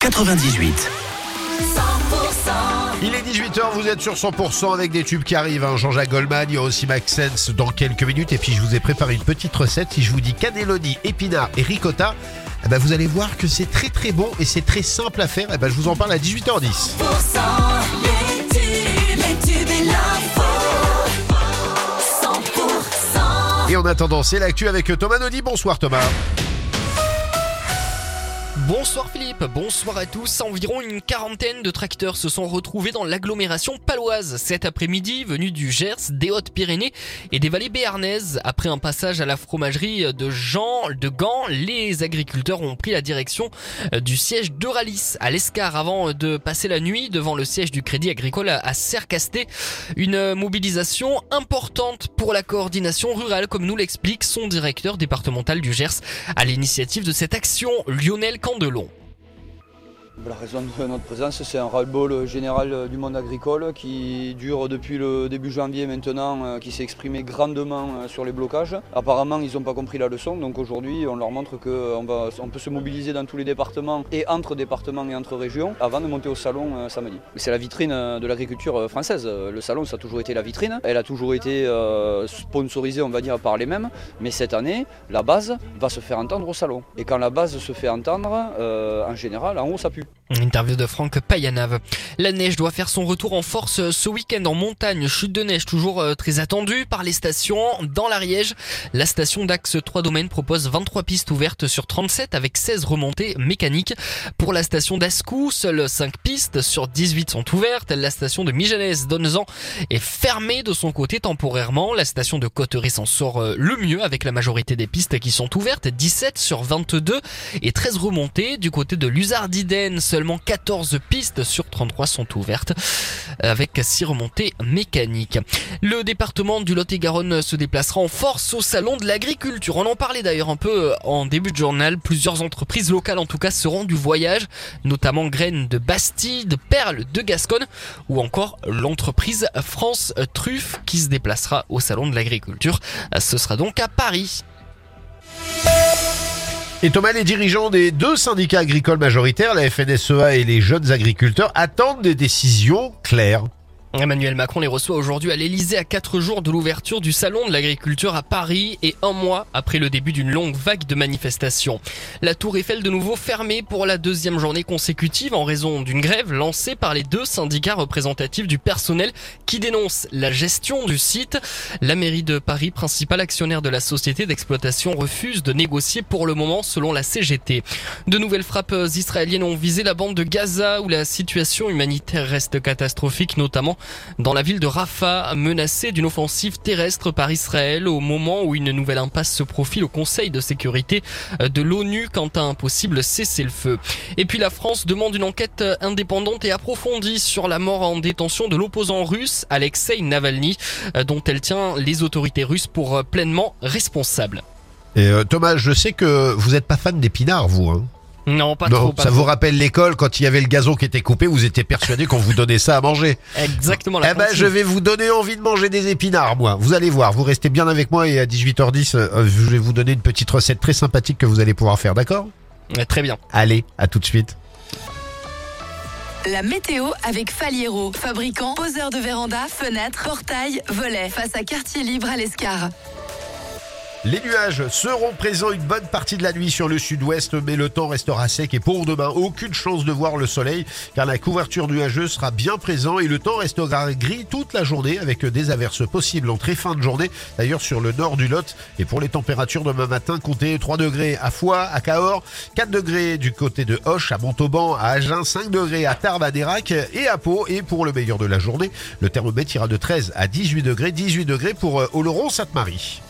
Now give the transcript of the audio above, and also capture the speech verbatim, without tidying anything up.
quatre-vingt-dix-huit. Il est dix-huit heures, vous êtes sur cent pour cent avec des tubes qui arrivent. Hein. Jean-Jacques Goldman, il y a aussi Maxence dans quelques minutes. Et puis je vous ai préparé une petite recette. Si je vous dis cannelloni, épinards et ricotta, eh ben, vous allez voir que c'est très très bon et c'est très simple à faire. Eh ben, je vous en parle à dix-huit heures dix. Et en attendant, c'est l'actu avec Thomas Naudy. Bonsoir Thomas. Bonsoir Philippe, bonsoir à tous. Environ une quarantaine de tracteurs se sont retrouvés dans l'agglomération paloise cet après-midi, venus du Gers, des Hautes-Pyrénées et des vallées béarnaises. Après un passage à la fromagerie de Jean de Gand, les agriculteurs ont pris la direction du siège d'Euralis à l'Escar avant de passer la nuit devant le siège du Crédit Agricole à Sercasté. Une mobilisation importante pour la coordination rurale, comme nous l'explique son directeur départemental du Gers à l'initiative de cette action, Lionel Candelon. La raison de notre présence, c'est un ras-le-bol général du monde agricole qui dure depuis le début janvier maintenant, qui s'est exprimé grandement sur les blocages. Apparemment, ils n'ont pas compris la leçon, donc aujourd'hui, on leur montre qu'on va, on peut se mobiliser dans tous les départements et entre départements et entre régions avant de monter au salon samedi. C'est la vitrine de l'agriculture française. Le salon, ça a toujours été la vitrine. Elle a toujours été sponsorisée, on va dire, par les mêmes. Mais cette année, la base va se faire entendre au salon. Et quand la base se fait entendre, euh, en général, en haut, ça pue. Interview de Franck Payanave. La neige doit faire son retour en force ce week-end en montagne. Chute de neige toujours très attendue par les stations. Dans l'Ariège, la station d'Axe trois Domaines propose vingt-trois pistes ouvertes sur trente-sept avec seize remontées mécaniques. Pour la station d'Ascou, seules cinq pistes sur dix-huit sont ouvertes. La station de Mijanès-Donnezan est fermée de son côté temporairement. La station de Cauteretz s'en sort le mieux avec la majorité des pistes qui sont ouvertes, dix-sept sur vingt-deux et treize remontées. Du côté de Luzardiden, seulement quatorze pistes sur trente-trois sont ouvertes avec six remontées mécaniques. Le département du Lot-et-Garonne se déplacera en force au salon de l'agriculture. On en parlait d'ailleurs un peu en début de journal. Plusieurs entreprises locales en tout cas seront du voyage, notamment Graines de Bastide, Perles de Gascogne ou encore l'entreprise France Truffe qui se déplacera au salon de l'agriculture. Ce sera donc à Paris. Et Thomas, les dirigeants des deux syndicats agricoles majoritaires, la F N S E A et les jeunes agriculteurs, attendent des décisions claires. Emmanuel Macron les reçoit aujourd'hui à l'Elysée à quatre jours de l'ouverture du salon de l'agriculture à Paris et un mois après le début d'une longue vague de manifestations. La Tour Eiffel de nouveau fermée pour la deuxième journée consécutive en raison d'une grève lancée par les deux syndicats représentatifs du personnel qui dénoncent la gestion du site. La mairie de Paris, principal actionnaire de la société d'exploitation, refuse de négocier pour le moment selon la C G T. De nouvelles frappes israéliennes ont visé la bande de Gaza où la situation humanitaire reste catastrophique, notamment dans la ville de Rafah, menacée d'une offensive terrestre par Israël au moment où une nouvelle impasse se profile au Conseil de sécurité de l'ONU quant à un possible cessez-le-feu. Et puis la France demande une enquête indépendante et approfondie sur la mort en détention de l'opposant russe Alexei Navalny, dont elle tient les autorités russes pour pleinement responsables. Et euh, Thomas, je sais que vous n'êtes pas fan d'épinards, vous, hein? Non, pas non, trop. Pas ça trop. vous rappelle l'école quand il y avait le gazon qui était coupé, vous étiez persuadé qu'on vous donnait ça à manger. Exactement. La eh ben, je vais vous donner envie de manger des épinards, moi. Vous allez voir, vous restez bien avec moi et à dix-huit heures dix, euh, je vais vous donner une petite recette très sympathique que vous allez pouvoir faire, d'accord? Ouais, très bien. Allez, à tout de suite. La météo avec Faliero, fabricant, poseur de véranda, fenêtres, portails, volets, face à Quartier Libre à l'Escar. Les nuages seront présents une bonne partie de la nuit sur le sud-ouest, mais le temps restera sec et pour demain, aucune chance de voir le soleil car la couverture nuageuse sera bien présente et le temps restera gris toute la journée avec des averses possibles en très fin de journée, d'ailleurs sur le nord du Lot. Et pour les températures demain matin, comptez trois degrés à Foix, à Cahors, quatre degrés du côté de Auch, à Montauban, à Agen, cinq degrés à Tarbes, à Dérac et à Pau. Et pour le meilleur de la journée, le thermomètre ira de treize à dix-huit degrés, dix-huit degrés pour Oloron-Sainte-Marie.